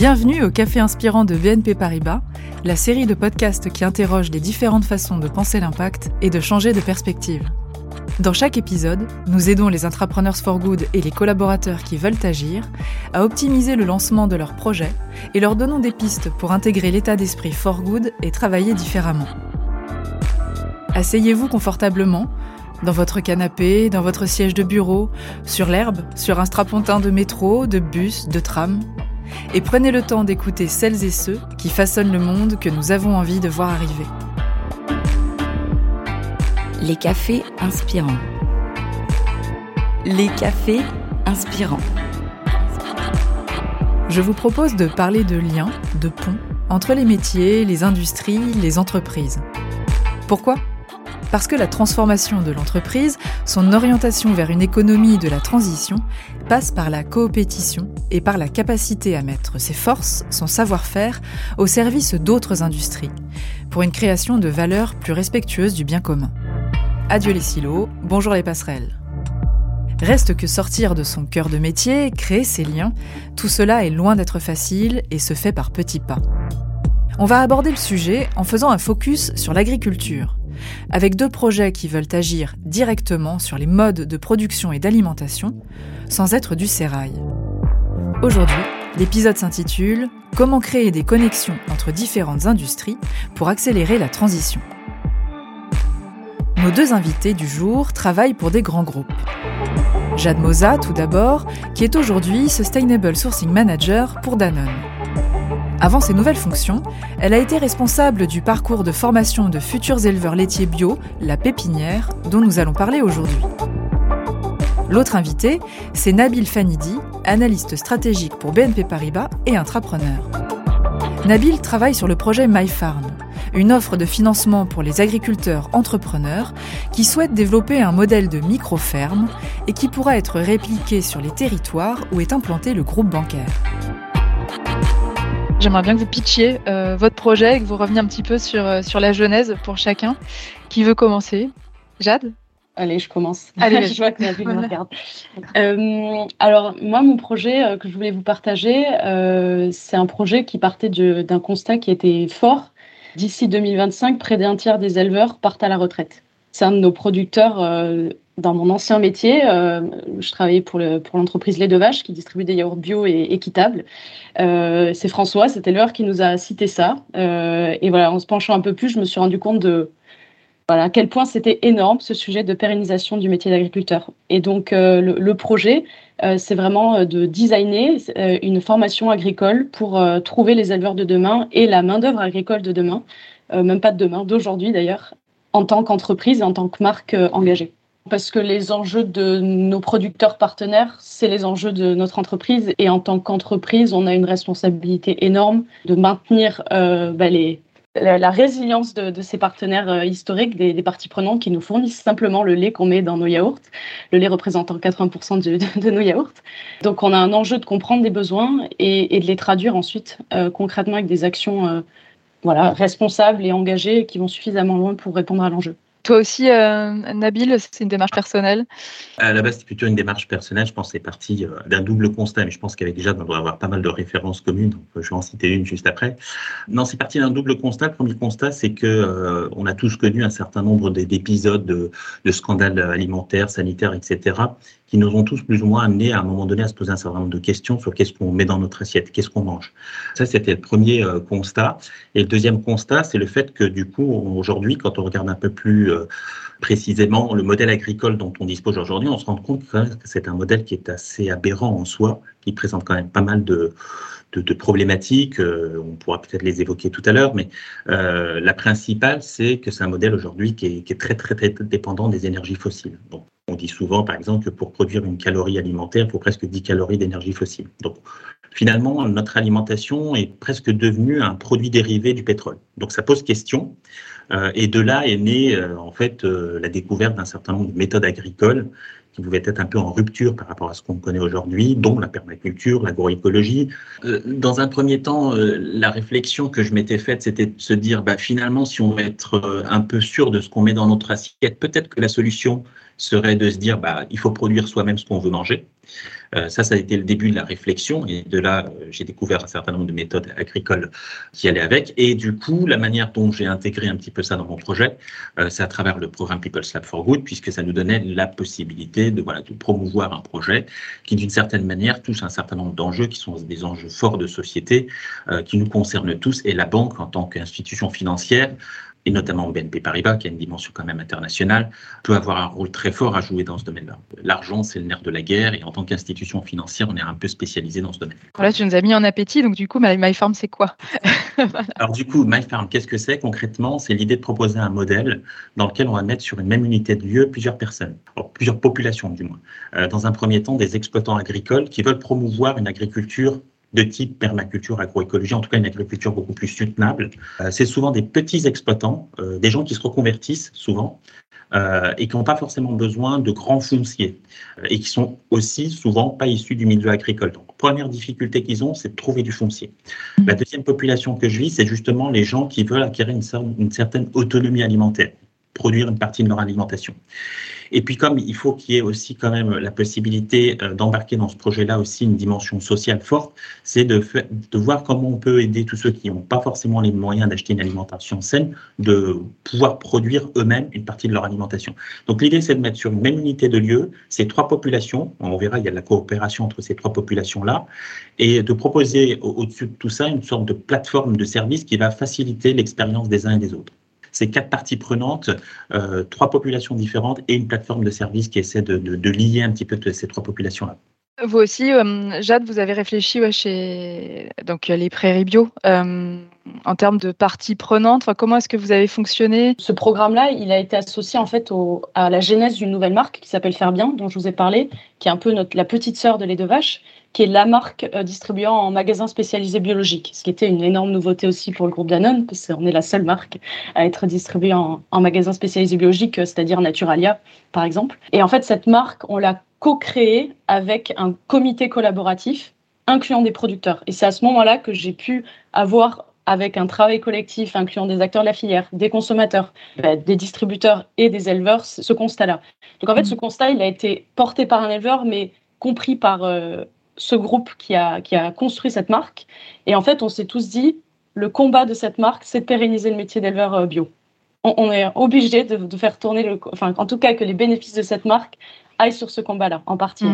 Bienvenue au Café Inspirant de BNP Paribas, la série de podcasts qui interroge les différentes façons de penser l'impact et de changer de perspective. Dans chaque épisode, nous aidons les Intrapreneurs for Good et les collaborateurs qui veulent agir à optimiser le lancement de leurs projets et leur donnons des pistes pour intégrer l'état d'esprit for good et travailler différemment. Asseyez-vous confortablement, dans votre canapé, dans votre siège de bureau, sur l'herbe, sur un strapontin de métro, de bus, de tram, et prenez le temps d'écouter celles et ceux qui façonnent le monde que nous avons envie de voir arriver. Les cafés inspirants. Les cafés inspirants. Je vous propose de parler de liens, de ponts, entre les métiers, les industries, les entreprises. Pourquoi ? Parce que la transformation de l'entreprise, son orientation vers une économie de la transition, passe par la coopétition et par la capacité à mettre ses forces, son savoir-faire, au service d'autres industries, pour une création de valeurs plus respectueuses du bien commun. Adieu les silos, bonjour les passerelles. Reste que sortir de son cœur de métier, créer ses liens, tout cela est loin d'être facile et se fait par petits pas. On va aborder le sujet en faisant un focus sur l'agriculture, avec 2 projets qui veulent agir directement sur les modes de production et d'alimentation, sans être du sérail. Aujourd'hui, l'épisode s'intitule « Comment créer des connexions entre différentes industries pour accélérer la transition ». Nos 2 invités du jour travaillent pour des grands groupes. Jade Moza, tout d'abord, qui est aujourd'hui Sustainable Sourcing Manager pour Danone. Avant ses nouvelles fonctions, elle a été responsable du parcours de formation de futurs éleveurs laitiers bio, la pépinière, dont nous allons parler aujourd'hui. L'autre invité, c'est Nabil Fanidi, analyste stratégique pour BNP Paribas et intrapreneur. Nabil travaille sur le projet MyFarm, une offre de financement pour les agriculteurs entrepreneurs qui souhaitent développer un modèle de micro-ferme et qui pourra être répliqué sur les territoires où est implanté le groupe bancaire. J'aimerais bien que vous pitchiez votre projet et que vous reveniez un petit peu sur la genèse pour chacun. Qui veut commencer ? Jade ? Allez, je commence. Allez, je vois que Nabil me regarde. Alors, moi, mon projet que je voulais vous partager, c'est un projet qui partait d'un constat qui était fort. D'ici 2025, près d'un tiers des éleveurs partent à la retraite. C'est un de nos producteurs dans mon ancien métier. Je travaillais pour l'entreprise Lait de Vache qui distribue des yaourts bio et équitables. C'est François, cet éleveur, qui nous a cité ça. Et voilà, en se penchant un peu plus, je me suis rendu compte à quel point c'était énorme ce sujet de pérennisation du métier d'agriculteur. Et donc le projet, c'est vraiment de designer une formation agricole pour trouver les éleveurs de demain et la main-d'œuvre agricole de demain, même pas de demain, d'aujourd'hui d'ailleurs, en tant qu'entreprise et en tant que marque engagée. Parce que les enjeux de nos producteurs partenaires, c'est les enjeux de notre entreprise. Et en tant qu'entreprise, on a une responsabilité énorme de maintenir la résilience de ces partenaires historiques, des parties prenantes qui nous fournissent simplement le lait qu'on met dans nos yaourts, le lait représentant 80% de nos yaourts. Donc on a un enjeu de comprendre des besoins et de les traduire ensuite concrètement avec des actions responsables et engagées qui vont suffisamment loin pour répondre à l'enjeu. Toi aussi, Nabil, c'est une démarche personnelle ? À la base, c'est plutôt une démarche personnelle. Je pense que c'est parti d'un double constat, mais je pense qu'avec déjà, on doit avoir pas mal de références communes. Donc, je vais en citer une juste après. Non, c'est parti d'un double constat. Le premier constat, c'est que on a tous connu un certain nombre d'épisodes de scandales alimentaires, sanitaires, etc., qui nous ont tous plus ou moins amenés à un moment donné à se poser un certain nombre de questions sur qu'est-ce qu'on met dans notre assiette, qu'est-ce qu'on mange. Ça, c'était le premier constat. Et le deuxième constat, c'est le fait que du coup, aujourd'hui, quand on regarde un peu plus précisément le modèle agricole dont on dispose aujourd'hui, on se rend compte que c'est un modèle qui est assez aberrant en soi, qui présente quand même pas mal de problématiques. On pourra peut-être les évoquer tout à l'heure, mais la principale, c'est que c'est un modèle aujourd'hui qui est très, très, très dépendant des énergies fossiles. Donc, on dit souvent, par exemple, que pour produire une calorie alimentaire, il faut presque 10 calories d'énergie fossile. Donc, finalement, notre alimentation est presque devenue un produit dérivé du pétrole. Donc, ça pose question. Et de là est née, la découverte d'un certain nombre de méthodes agricoles qui pouvaient être un peu en rupture par rapport à ce qu'on connaît aujourd'hui, dont la permaculture, l'agroécologie. Dans un premier temps, la réflexion que je m'étais faite, c'était de se dire, finalement, si on veut être un peu sûr de ce qu'on met dans notre assiette, peut-être que la solution serait de se dire, il faut produire soi-même ce qu'on veut manger. Ça a été le début de la réflexion et de là, j'ai découvert un certain nombre de méthodes agricoles qui allaient avec. Et du coup, la manière dont j'ai intégré un petit peu ça dans mon projet, c'est à travers le programme People's Lab for Good, puisque ça nous donnait la possibilité de promouvoir un projet qui, d'une certaine manière, touche un certain nombre d'enjeux qui sont des enjeux forts de société, qui nous concernent tous. Et la banque, en tant qu'institution financière, et notamment BNP Paribas, qui a une dimension quand même internationale, peut avoir un rôle très fort à jouer dans ce domaine-là. L'argent, c'est le nerf de la guerre, et en tant qu'institution financière, on est un peu spécialisé dans ce domaine. Voilà, tu nous as mis en appétit, donc du coup, MyFarm, c'est quoi? Voilà. Alors du coup, MyFarm, qu'est-ce que c'est concrètement? C'est l'idée de proposer un modèle dans lequel on va mettre sur une même unité de lieu plusieurs personnes, plusieurs populations du moins. Dans un premier temps, des exploitants agricoles qui veulent promouvoir une agriculture de type permaculture, agroécologie, en tout cas une agriculture beaucoup plus soutenable. C'est souvent des petits exploitants, des gens qui se reconvertissent souvent et qui n'ont pas forcément besoin de grands fonciers et qui sont aussi souvent pas issus du milieu agricole. Donc, première difficulté qu'ils ont, c'est de trouver du foncier. La deuxième population que je vis, c'est justement les gens qui veulent acquérir une certaine autonomie alimentaire, produire une partie de leur alimentation. Et puis comme il faut qu'il y ait aussi quand même la possibilité d'embarquer dans ce projet-là aussi une dimension sociale forte, c'est de voir comment on peut aider tous ceux qui n'ont pas forcément les moyens d'acheter une alimentation saine, de pouvoir produire eux-mêmes une partie de leur alimentation. Donc l'idée, c'est de mettre sur une même unité de lieu ces trois populations, on verra, il y a de la coopération entre ces trois populations-là, et de proposer au-dessus de tout ça une sorte de plateforme de service qui va faciliter l'expérience des uns et des autres. C'est 4 parties prenantes, 3 populations différentes et une plateforme de service qui essaie de lier un petit peu ces 3 populations-là. Vous aussi, Jade, vous avez réfléchi chez les prairies bio en termes de parties prenantes. Comment est-ce que vous avez fonctionné? Ce programme-là, il a été associé en fait à la genèse d'une nouvelle marque qui s'appelle Faire Bien, dont je vous ai parlé, qui est un peu la petite sœur de Lait de Vache, qui est la marque distribuant en magasins spécialisés biologiques, ce qui était une énorme nouveauté aussi pour le groupe Danone, parce qu'on est la seule marque à être distribuée en magasins spécialisés biologiques, c'est-à-dire Naturalia, par exemple. Et en fait, cette marque, on l'a co-créée avec un comité collaboratif incluant des producteurs. Et c'est à ce moment-là que j'ai pu avoir, avec un travail collectif incluant des acteurs de la filière, des consommateurs, des distributeurs et des éleveurs, ce constat-là. Donc en fait, ce constat, il a été porté par un éleveur, mais compris par ce groupe qui a construit cette marque. Et en fait, on s'est tous dit, le combat de cette marque, c'est de pérenniser le métier d'éleveur bio. On est obligé de faire tourner, en tout cas que les bénéfices de cette marque aillent sur ce combat-là, en partie.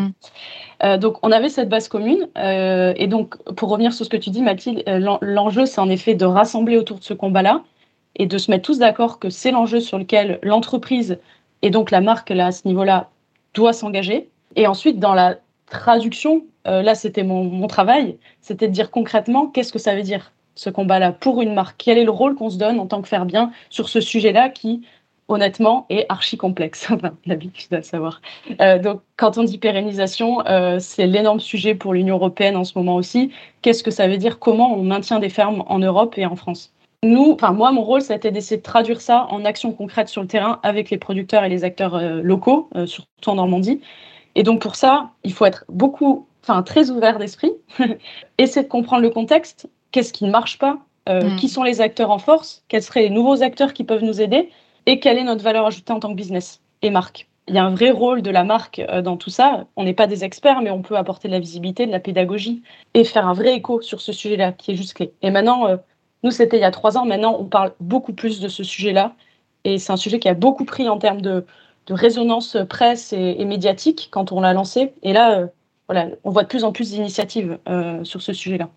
Donc, on avait cette base commune. Et donc, pour revenir sur ce que tu dis, Mathilde, l'enjeu, c'est en effet de rassembler autour de ce combat-là et de se mettre tous d'accord que c'est l'enjeu sur lequel l'entreprise et donc la marque, là, à ce niveau-là, doit s'engager. Et ensuite, dans la traduction, là, c'était mon travail, c'était de dire concrètement qu'est-ce que ça veut dire, ce combat-là, pour une marque. Quel est le rôle qu'on se donne en tant que Faire Bien sur ce sujet-là qui, honnêtement, est archi complexe. Enfin, l'habitude à savoir. Donc, quand on dit pérennisation, c'est l'énorme sujet pour l'Union européenne en ce moment aussi. Qu'est-ce que ça veut dire? Comment on maintient des fermes en Europe et en France? Moi, mon rôle, ça a été d'essayer de traduire ça en actions concrètes sur le terrain avec les producteurs et les acteurs locaux, surtout en Normandie. Et donc, pour ça, il faut être très ouvert d'esprit, essayer de comprendre le contexte, qu'est-ce qui ne marche pas, qui sont les acteurs en force, quels seraient les nouveaux acteurs qui peuvent nous aider, et quelle est notre valeur ajoutée en tant que business et marque. Il y a un vrai rôle de la marque dans tout ça. On n'est pas des experts, mais on peut apporter de la visibilité, de la pédagogie et faire un vrai écho sur ce sujet-là qui est juste clé. Et maintenant, nous, c'était il y a 3 ans. Maintenant, on parle beaucoup plus de ce sujet-là. Et c'est un sujet qui a beaucoup pris en termes de résonance presse et médiatique quand on l'a lancé. Et là, on voit de plus en plus d'initiatives sur ce sujet-là.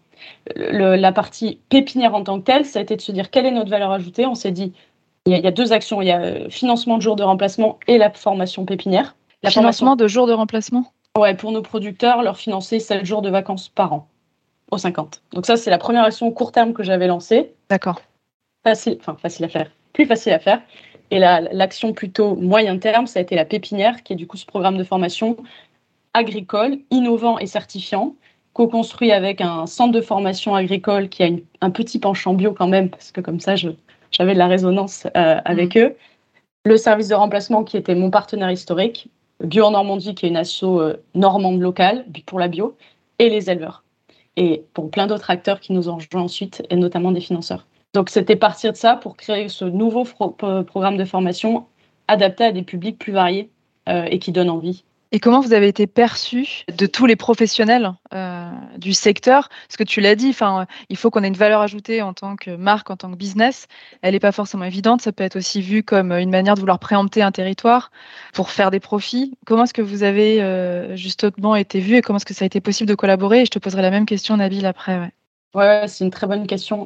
La partie pépinière en tant que telle, ça a été de se dire quelle est notre valeur ajoutée. On s'est dit, il y a 2 actions. Il y a financement de jours de remplacement et la formation pépinière. Financement de jours de remplacement? Ouais, pour nos producteurs, leur financer 7 jours de vacances par an, aux 50. Donc ça, c'est la première action court terme que j'avais lancée. D'accord. Facile à faire. Plus facile à faire. Et l'action plutôt moyen terme, ça a été la pépinière, qui est du coup ce programme de formation agricole, innovant et certifiant, co-construit avec un centre de formation agricole qui a un petit penchant bio quand même, parce que comme ça, j'avais de la résonance avec eux. Le service de remplacement qui était mon partenaire historique, Bio en Normandie, qui est une asso normande locale pour la bio, et les éleveurs. Et pour plein d'autres acteurs qui nous ont rejoints ensuite, et notamment des financeurs. Donc, c'était partir de ça pour créer ce nouveau programme de formation adapté à des publics plus variés et qui donne envie. Et comment vous avez été perçu de tous les professionnels du secteur? Parce que tu l'as dit, il faut qu'on ait une valeur ajoutée en tant que marque, en tant que business. Elle n'est pas forcément évidente. Ça peut être aussi vu comme une manière de vouloir préempter un territoire pour faire des profits. Comment est-ce que vous avez justement été vu et comment est-ce que ça a été possible de collaborer? Et je te poserai la même question, Nabil, après. Ouais, c'est une très bonne question.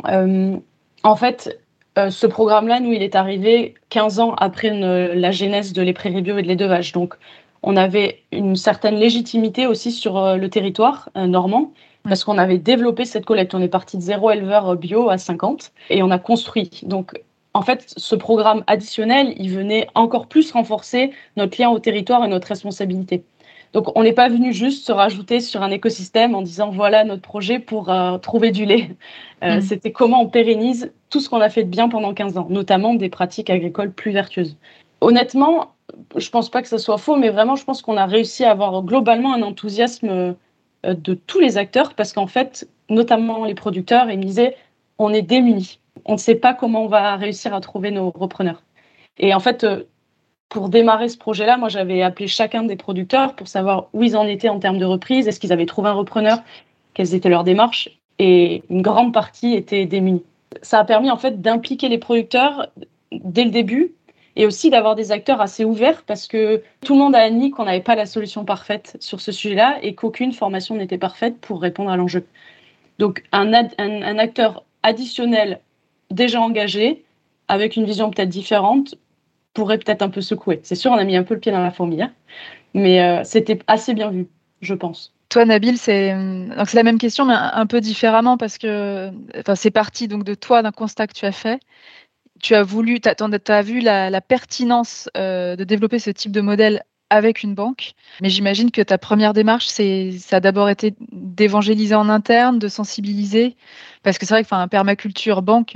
En fait, ce programme-là, nous, il est arrivé 15 ans après la genèse de Les Prairies Bio et de l'élevage. Donc, on avait une certaine légitimité aussi sur le territoire normand, parce qu'on avait développé cette collecte. On est parti de 0 éleveur bio à 50 et on a construit. Donc, en fait, ce programme additionnel, il venait encore plus renforcer notre lien au territoire et notre responsabilité. Donc, on n'est pas venu juste se rajouter sur un écosystème en disant voilà notre projet pour trouver du lait. C'était comment on pérennise tout ce qu'on a fait de bien pendant 15 ans, notamment des pratiques agricoles plus vertueuses. Honnêtement, je ne pense pas que ce soit faux, mais vraiment, je pense qu'on a réussi à avoir globalement un enthousiasme de tous les acteurs parce qu'en fait, notamment les producteurs, ils me disaient on est démunis. On ne sait pas comment on va réussir à trouver nos repreneurs. Et en fait, pour démarrer ce projet-là, moi, j'avais appelé chacun des producteurs pour savoir où ils en étaient en termes de reprise, est-ce qu'ils avaient trouvé un repreneur, quelles étaient leurs démarches, et une grande partie était démunie. Ça a permis en fait d'impliquer les producteurs dès le début et aussi d'avoir des acteurs assez ouverts parce que tout le monde a admis qu'on n'avait pas la solution parfaite sur ce sujet-là et qu'aucune formation n'était parfaite pour répondre à l'enjeu. Donc, un acteur additionnel déjà engagé, avec une vision peut-être différente, pourrait peut-être un peu secouer. C'est sûr, on a mis un peu le pied dans la fourmilière, mais c'était assez bien vu, je pense. Toi, Nabil, c'est la même question, mais un peu différemment parce que c'est parti donc de toi, d'un constat que tu as fait. Tu as vu la pertinence de développer ce type de modèle avec une banque, mais j'imagine que ta première démarche, ça a d'abord été d'évangéliser en interne, de sensibiliser, parce que c'est vrai que permaculture, banque,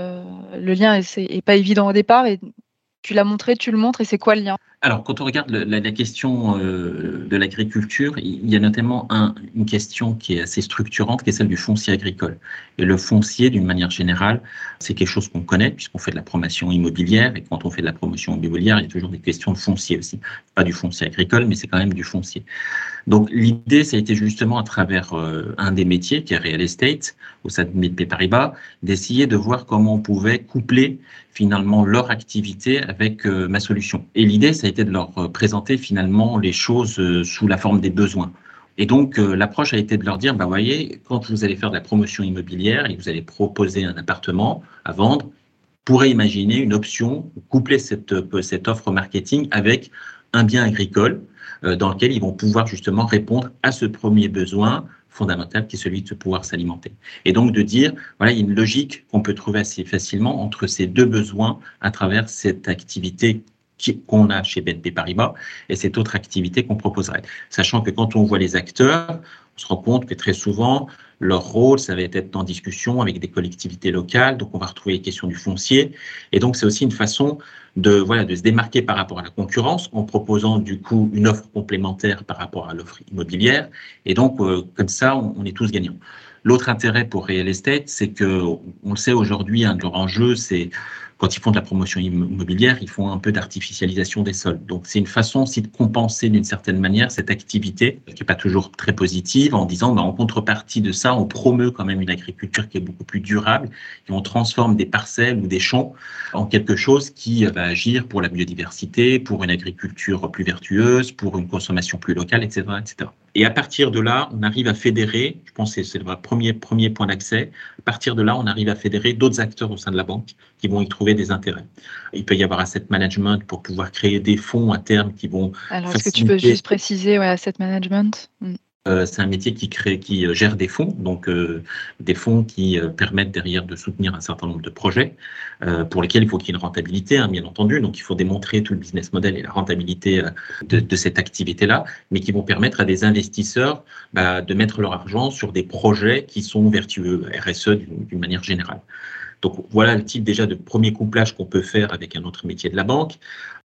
le lien est pas évident au départ, et tu l'as montré, tu le montres, et c'est quoi le lien? Alors, quand on regarde la question de l'agriculture, il y a notamment une question qui est assez structurante, qui est celle du foncier agricole. Et le foncier, d'une manière générale, c'est quelque chose qu'on connaît, puisqu'on fait de la promotion immobilière. Et quand on fait de la promotion immobilière, il y a toujours des questions de foncier aussi. Pas du foncier agricole, mais c'est quand même du foncier. Donc, l'idée, ça a été justement à travers un des métiers, qui est real estate, au sein de BNP Paribas, d'essayer de voir comment on pouvait coupler finalement leur activité avec ma solution. Et l'idée, ça a été de leur présenter finalement les choses sous la forme des besoins. Et donc, l'approche a été de leur dire, voyez, quand vous allez faire de la promotion immobilière et que vous allez proposer un appartement à vendre, vous pourrez imaginer une option, coupler cette offre marketing avec un bien agricole dans lequel ils vont pouvoir justement répondre à ce premier besoin fondamental qui est celui de pouvoir s'alimenter. Et donc de dire, voilà, il y a une logique qu'on peut trouver assez facilement entre ces deux besoins à travers cette activité qu'on a chez BNP Paribas et cette autre activité qu'on proposerait. Sachant que quand on voit les acteurs, on se rend compte que très souvent, leur rôle, ça va être en discussion avec des collectivités locales, donc on va retrouver les questions du foncier. Et donc, c'est aussi une façon de se démarquer par rapport à la concurrence en proposant du coup une offre complémentaire par rapport à l'offre immobilière. Et donc, comme ça, on est tous gagnants. L'autre intérêt pour Real Estate, c'est que, on le sait aujourd'hui, un de leurs enjeux, c'est quand ils font de la promotion immobilière, ils font un peu d'artificialisation des sols. Donc, c'est une façon aussi de compenser d'une certaine manière cette activité qui n'est pas toujours très positive en disant, en contrepartie de ça, on promeut quand même une agriculture qui est beaucoup plus durable et on transforme des parcelles ou des champs en quelque chose qui va agir pour la biodiversité, pour une agriculture plus vertueuse, pour une consommation plus locale, etc., etc. Et à partir de là, on arrive à fédérer, je pense que c'est le premier point d'accès, à partir de là, on arrive à fédérer d'autres acteurs au sein de la banque qui vont y trouver des intérêts. Il peut y avoir asset management pour pouvoir créer des fonds à terme qui vont Alors, est-ce que tu peux juste préciser, asset management? C'est un métier qui gère des fonds, donc des fonds qui permettent derrière de soutenir un certain nombre de projets pour lesquels il faut qu'il y ait une rentabilité, bien entendu. Donc, il faut démontrer tout le business model et la rentabilité de cette activité-là, mais qui vont permettre à des investisseurs de mettre leur argent sur des projets qui sont vertueux, RSE d'une manière générale. Donc, voilà le type déjà de premier couplage qu'on peut faire avec un autre métier de la banque.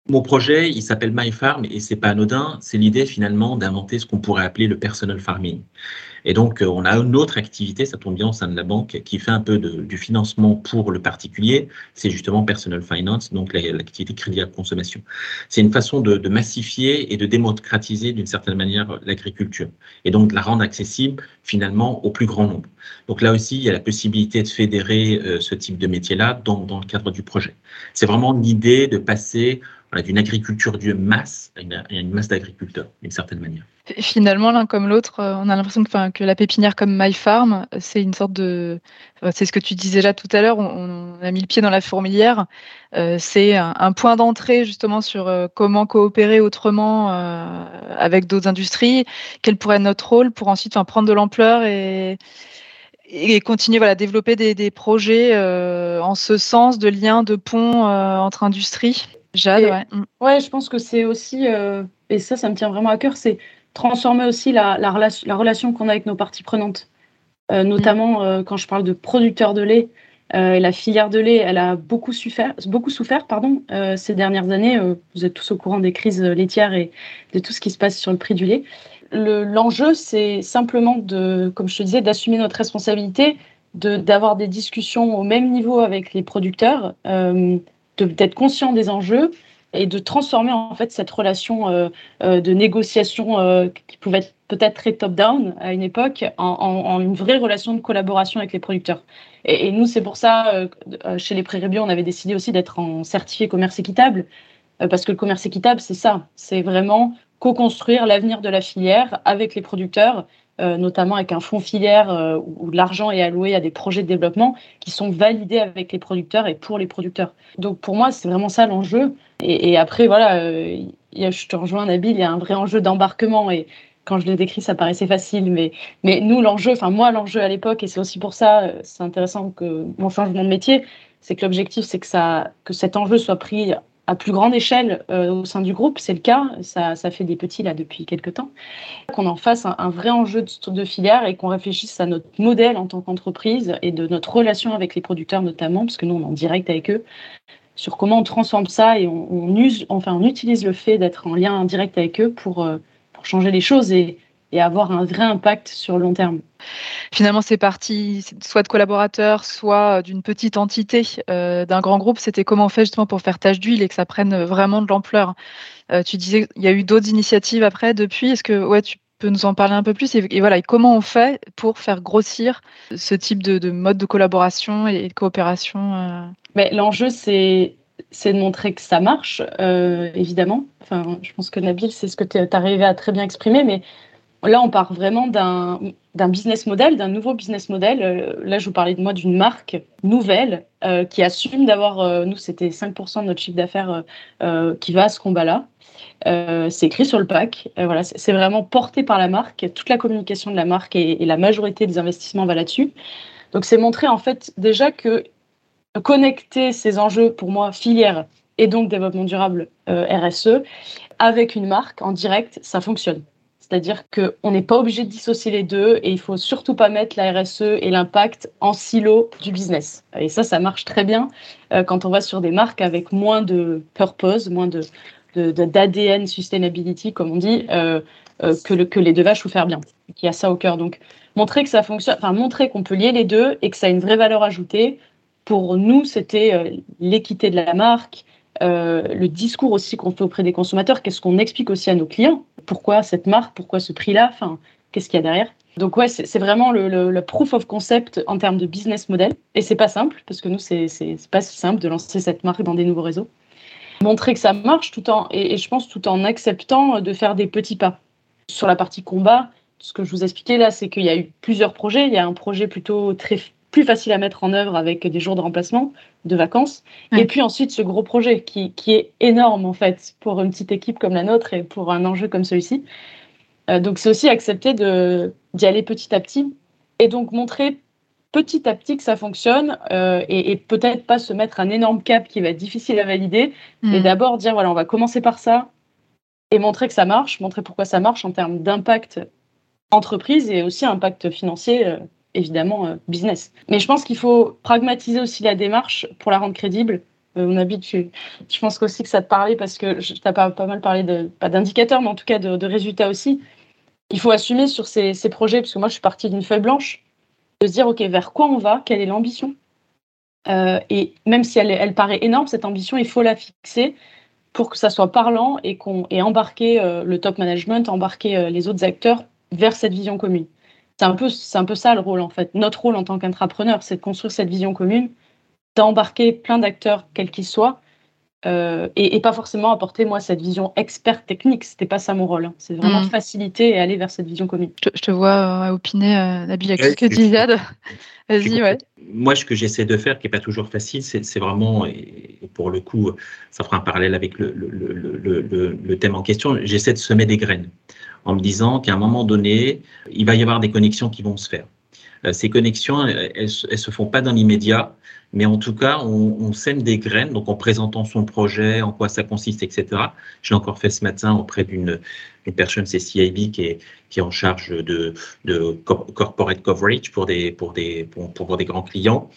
Mon projet, il s'appelle My Farm et c'est pas anodin. C'est l'idée finalement d'inventer ce qu'on pourrait appeler le personal farming. Et donc, on a une autre activité, ça tombe bien au sein de la banque, qui fait un peu du financement pour le particulier. C'est justement Personal Finance, donc l'activité crédit à la consommation. C'est une façon de massifier et de démocratiser d'une certaine manière l'agriculture et donc de la rendre accessible finalement au plus grand nombre. Donc là aussi, il y a la possibilité de fédérer ce type de métier-là dans le cadre du projet. C'est vraiment l'idée de passer d'une agriculture de masse à une masse d'agriculteurs, d'une certaine manière. Finalement, l'un comme l'autre, on a l'impression que la pépinière comme My Farm, c'est une sorte de... C'est ce que tu disais là tout à l'heure, on a mis le pied dans la fourmilière. C'est un point d'entrée justement sur comment coopérer autrement avec d'autres industries, quel pourrait être notre rôle pour ensuite prendre de l'ampleur et continuer à développer des projets en ce sens de lien, de pont entre industries. Jade, ouais. Ouais, je pense que c'est aussi, et ça me tient vraiment à cœur, c'est transformer aussi la relation qu'on a avec nos parties prenantes. Notamment quand je parle de producteurs de lait, la filière de lait, elle a beaucoup souffert ces dernières années. Vous êtes tous au courant des crises laitières et de tout ce qui se passe sur le prix du lait. L'enjeu, c'est simplement comme je te disais, d'assumer notre responsabilité, d'avoir des discussions au même niveau avec les producteurs, d'être conscient des enjeux et de transformer en fait cette relation de négociation qui pouvait être peut-être très top-down à une époque en une vraie relation de collaboration avec les producteurs. Et nous, c'est pour ça, chez les Prairies Bio, on avait décidé aussi d'être en certifié commerce équitable, parce que le commerce équitable, c'est ça, c'est vraiment co-construire l'avenir de la filière avec les producteurs, notamment avec un fonds filière où l'argent est alloué à des projets de développement qui sont validés avec les producteurs et pour les producteurs. Donc pour moi, c'est vraiment ça l'enjeu. Et après, voilà, je te rejoins, Nabil, il y a un vrai enjeu d'embarquement. Et quand je l'ai décrit, ça paraissait facile. Mais nous, l'enjeu à l'époque, et c'est aussi pour ça, c'est intéressant que mon changement de métier, c'est que l'objectif, c'est que cet enjeu soit pris à plus grande échelle au sein du groupe. C'est le cas, ça fait des petits là depuis quelques temps. Qu'on en fasse un vrai enjeu de filière et qu'on réfléchisse à notre modèle en tant qu'entreprise et de notre relation avec les producteurs notamment, parce que nous, on est en direct avec eux, sur comment on transforme ça et on utilise le fait d'être en lien direct avec eux pour changer les choses et avoir un vrai impact sur le long terme. Finalement, c'est parti soit de collaborateurs, soit d'une petite entité d'un grand groupe. C'était comment on fait justement pour faire tache d'huile et que ça prenne vraiment de l'ampleur. Tu disais qu'il y a eu d'autres initiatives après, depuis. Est-ce que tu peux nous en parler un peu plus et voilà, et comment on fait pour faire grossir ce type de mode de collaboration et de coopération Mais l'enjeu, c'est de montrer que ça marche, évidemment. Enfin, je pense que Nabil, c'est ce que tu as arrivé à très bien exprimer, mais là, on part vraiment d'un business model, d'un nouveau business model. Là, je vous parlais d'une marque nouvelle qui assume d'avoir, nous, c'était 5% de notre chiffre d'affaires qui va à ce combat-là. C'est écrit sur le pack. Voilà, c'est vraiment porté par la marque. Toute la communication de la marque et la majorité des investissements va là-dessus. Donc, c'est montrer en fait déjà que connecter ces enjeux, pour moi, filière et donc développement durable RSE, avec une marque en direct, ça fonctionne. C'est-à-dire qu'on n'est pas obligé de dissocier les deux et il ne faut surtout pas mettre la RSE et l'impact en silo du business. Et ça marche très bien quand on va sur des marques avec moins de purpose, moins d'ADN sustainability, comme on dit, que les deux vaches ou faire bien, qu'il y a ça au cœur. Donc, montrer que ça fonctionne, montrer qu'on peut lier les deux et que ça a une vraie valeur ajoutée. Pour nous, c'était l'équité de la marque, le discours aussi qu'on fait auprès des consommateurs, qu'est-ce qu'on explique aussi à nos clients, pourquoi cette marque, pourquoi ce prix-là, qu'est-ce qu'il y a derrière. Donc ouais, c'est vraiment le proof of concept en termes de business model, et c'est pas simple, parce que nous, c'est pas si simple de lancer cette marque dans des nouveaux réseaux. Montrer que ça marche et je pense tout en acceptant de faire des petits pas. Sur la partie combat, ce que je vous expliquais là, c'est qu'il y a eu plusieurs projets. Il y a un projet plutôt plus facile à mettre en œuvre avec des jours de remplacement, de vacances. Et puis ensuite, ce gros projet qui est énorme, en fait, pour une petite équipe comme la nôtre et pour un enjeu comme celui-ci. Donc, c'est aussi accepter d'y aller petit à petit et donc montrer petit à petit que ça fonctionne et peut-être pas se mettre un énorme cap qui va être difficile à valider, mais d'abord dire, voilà, on va commencer par ça et montrer que ça marche, montrer pourquoi ça marche en termes d'impact entreprise et aussi impact financier évidemment business. Mais je pense qu'il faut pragmatiser aussi la démarche pour la rendre crédible. Nabil, je pense aussi que ça te parlait parce que tu as pas mal parlé pas d'indicateurs, mais en tout cas de résultats aussi. Il faut assumer sur ces projets, parce que moi, je suis partie d'une feuille blanche, de se dire, OK, vers quoi on va, quelle est l'ambition et même si elle paraît énorme, cette ambition, il faut la fixer pour que ça soit parlant et embarquer le top management, embarquer les autres acteurs vers cette vision commune. C'est un peu ça le rôle, en fait. Notre rôle en tant qu'intrapreneur, c'est de construire cette vision commune, d'embarquer plein d'acteurs, quels qu'ils soient, et pas forcément apporter, moi, cette vision expert technique. C'était pas ça mon rôle. Hein. C'est vraiment faciliter et aller vers cette vision commune. Je te vois opiner, Nabil, il y a quelques dizaines. Vas-y, ouais. Moi, ce que j'essaie de faire, qui n'est pas toujours facile, c'est vraiment, et pour le coup, ça fera un parallèle avec le thème en question, j'essaie de semer des graines en me disant qu'à un moment donné, il va y avoir des connexions qui vont se faire. Ces connexions, elles se font pas dans l'immédiat, mais en tout cas, on sème des graines, donc en présentant son projet, en quoi ça consiste, etc. J'ai encore fait ce matin auprès d'une personne, c'est CIB, qui est en charge de corporate coverage pour des grands clients.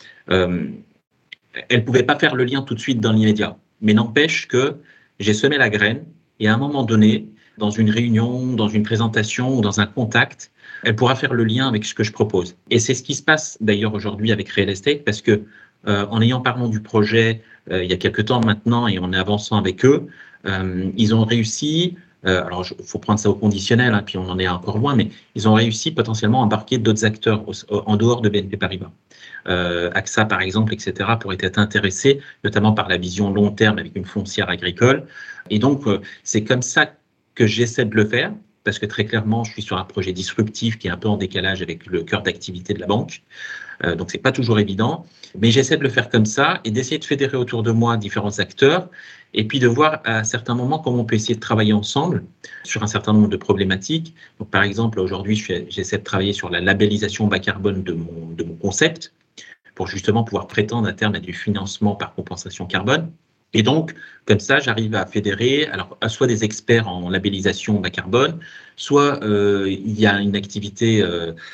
Elle pouvait pas faire le lien tout de suite dans l'immédiat, mais n'empêche que j'ai semé la graine et à un moment donné, dans une réunion, dans une présentation ou dans un contact, elle pourra faire le lien avec ce que je propose. Et c'est ce qui se passe d'ailleurs aujourd'hui avec Real Estate, parce que en ayant parlé du projet il y a quelques temps maintenant et en avançant avec eux, ils ont réussi, alors il faut prendre ça au conditionnel, hein, puis on en est encore loin, mais ils ont réussi potentiellement à embarquer d'autres acteurs en dehors de BNP Paribas. AXA par exemple, etc., pourraient être intéressés, notamment par la vision long terme avec une foncière agricole. Et donc, c'est comme ça que j'essaie de le faire, parce que très clairement, je suis sur un projet disruptif qui est un peu en décalage avec le cœur d'activité de la banque. Donc, c'est pas toujours évident, mais j'essaie de le faire comme ça et d'essayer de fédérer autour de moi différents acteurs et puis de voir à certains moments comment on peut essayer de travailler ensemble sur un certain nombre de problématiques. Donc, par exemple, aujourd'hui, j'essaie de travailler sur la labellisation bas carbone de mon concept pour justement pouvoir prétendre à terme à du financement par compensation carbone. Et donc, comme ça, j'arrive à fédérer alors soit des experts en labellisation bas carbone, soit il y a une activité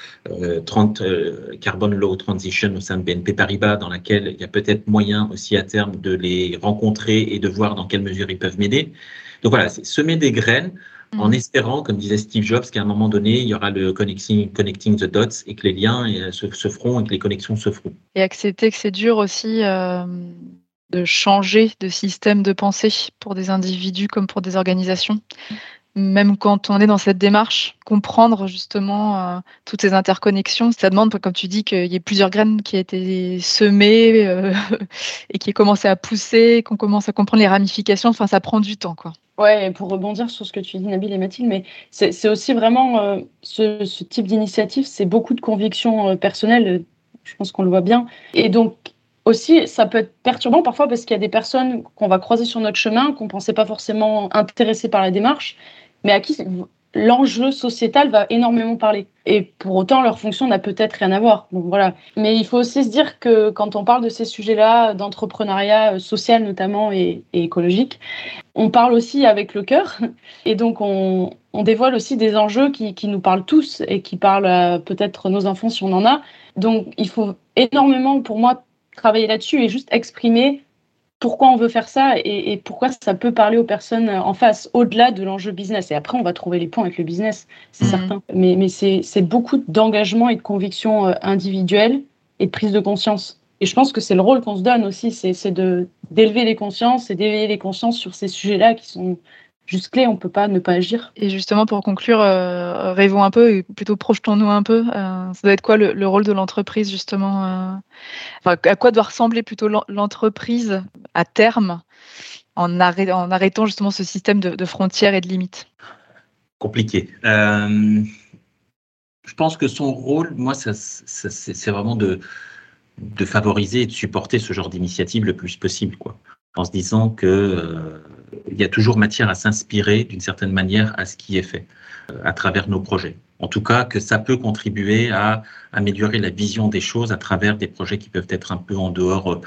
Carbon Low Transition au sein de BNP Paribas dans laquelle il y a peut-être moyen aussi à terme de les rencontrer et de voir dans quelle mesure ils peuvent m'aider. Donc voilà, c'est semer des graines en espérant, comme disait Steve Jobs, qu'à un moment donné, il y aura le connecting the dots et que les liens se feront et que les connexions se feront. Et accepter que c'est dur aussi de changer de système de pensée pour des individus comme pour des organisations. Même quand on est dans cette démarche, comprendre justement toutes ces interconnexions, ça demande, comme tu dis, qu'il y ait plusieurs graines qui aient été semées et qui aient commencé à pousser, qu'on commence à comprendre les ramifications. Enfin, ça prend du temps, quoi. Ouais, et pour rebondir sur ce que tu dis, Nabil et Mathilde, mais c'est aussi vraiment ce type d'initiative, c'est beaucoup de convictions personnelles, je pense qu'on le voit bien. Et donc, aussi, ça peut être perturbant parfois parce qu'il y a des personnes qu'on va croiser sur notre chemin, qu'on ne pensait pas forcément intéressées par la démarche, mais à qui l'enjeu sociétal va énormément parler. Et pour autant, leur fonction n'a peut-être rien à voir. Donc voilà. Mais il faut aussi se dire que quand on parle de ces sujets-là, d'entrepreneuriat social notamment et écologique, on parle aussi avec le cœur. Et donc on dévoile aussi des enjeux qui nous parlent tous et qui parlent peut-être nos enfants si on en a. Donc il faut énormément, pour moi, travailler là-dessus et juste exprimer pourquoi on veut faire ça et pourquoi ça peut parler aux personnes en face, au-delà de l'enjeu business. Et après, on va trouver les ponts avec le business, c'est certain. Mais c'est beaucoup d'engagement et de conviction individuelle et de prise de conscience. Et je pense que c'est le rôle qu'on se donne aussi, c'est d'élever les consciences et d'éveiller les consciences sur ces sujets-là qui sont juste clés, on ne peut pas ne pas agir. Et justement, pour conclure, rêvons un peu, et plutôt projetons-nous un peu. Ça doit être quoi le rôle de l'entreprise, justement à quoi doit ressembler plutôt l'entreprise à terme, en arrêtant justement ce système de frontières et de limites? Compliqué. Je pense que son rôle, moi, c'est vraiment de favoriser et de supporter ce genre d'initiative le plus possible, quoi. En se disant que il y a toujours matière à s'inspirer d'une certaine manière à ce qui est fait à travers nos projets. En tout cas, que ça peut contribuer à améliorer la vision des choses à travers des projets qui peuvent être un peu en dehors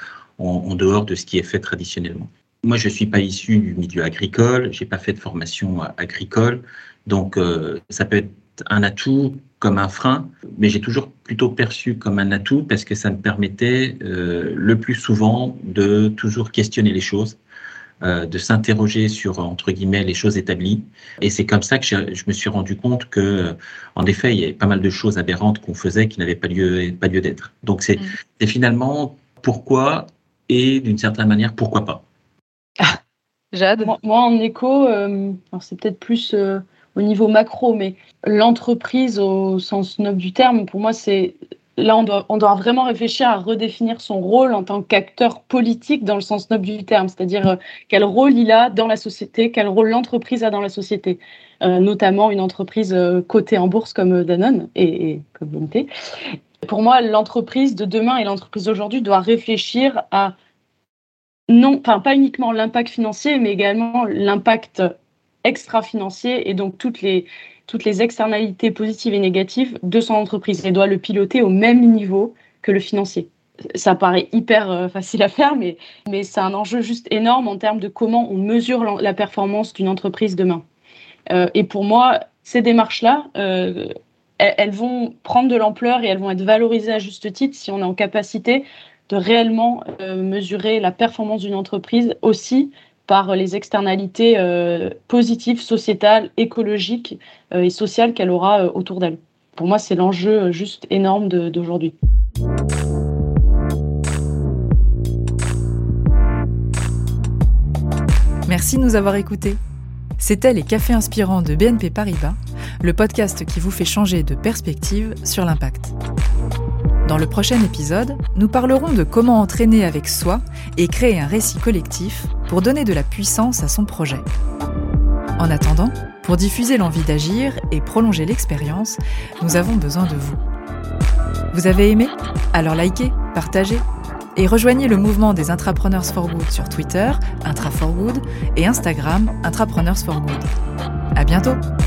de ce qui est fait traditionnellement. Moi, je ne suis pas issu du milieu agricole, je n'ai pas fait de formation agricole, donc ça peut être un atout comme un frein, mais j'ai toujours plutôt perçu comme un atout parce que ça me permettait le plus souvent de toujours questionner les choses, de s'interroger sur, entre guillemets, les choses établies. Et c'est comme ça que je me suis rendu compte que, en effet, il y avait pas mal de choses aberrantes qu'on faisait qui n'avaient pas lieu d'être. Donc c'est finalement pourquoi et d'une certaine manière, pourquoi pas. Jade ? Moi, en éco, alors c'est peut-être plus au niveau macro, mais l'entreprise au sens noble du terme, pour moi, c'est... Là, on doit vraiment réfléchir à redéfinir son rôle en tant qu'acteur politique dans le sens noble du terme, c'est-à-dire quel rôle il a dans la société, quel rôle l'entreprise a dans la société, notamment une entreprise cotée en bourse comme Danone et comme BNP. Pour moi, l'entreprise de demain et l'entreprise d'aujourd'hui doit réfléchir à pas uniquement l'impact financier, mais également l'impact extra-financier et donc toutes les externalités positives et négatives de son entreprise et doit le piloter au même niveau que le financier. Ça paraît hyper facile à faire, mais c'est un enjeu juste énorme en termes de comment on mesure la performance d'une entreprise demain. Et pour moi, ces démarches-là, elles vont prendre de l'ampleur et elles vont être valorisées à juste titre si on est en capacité de réellement mesurer la performance d'une entreprise aussi par les externalités positives, sociétales, écologiques et sociales qu'elle aura autour d'elle. Pour moi, c'est l'enjeu juste énorme d'aujourd'hui. Merci de nous avoir écoutés. C'était les Cafés Inspirants de BNP Paribas, le podcast qui vous fait changer de perspective sur l'impact. Dans le prochain épisode, nous parlerons de comment entraîner avec soi et créer un récit collectif pour donner de la puissance à son projet. En attendant, pour diffuser l'envie d'agir et prolonger l'expérience, nous avons besoin de vous. Vous avez aimé ? Alors likez, partagez et rejoignez le mouvement des Intrapreneurs for Good sur Twitter, Intra4Good, et Instagram, Intrapreneurs for Good. À bientôt!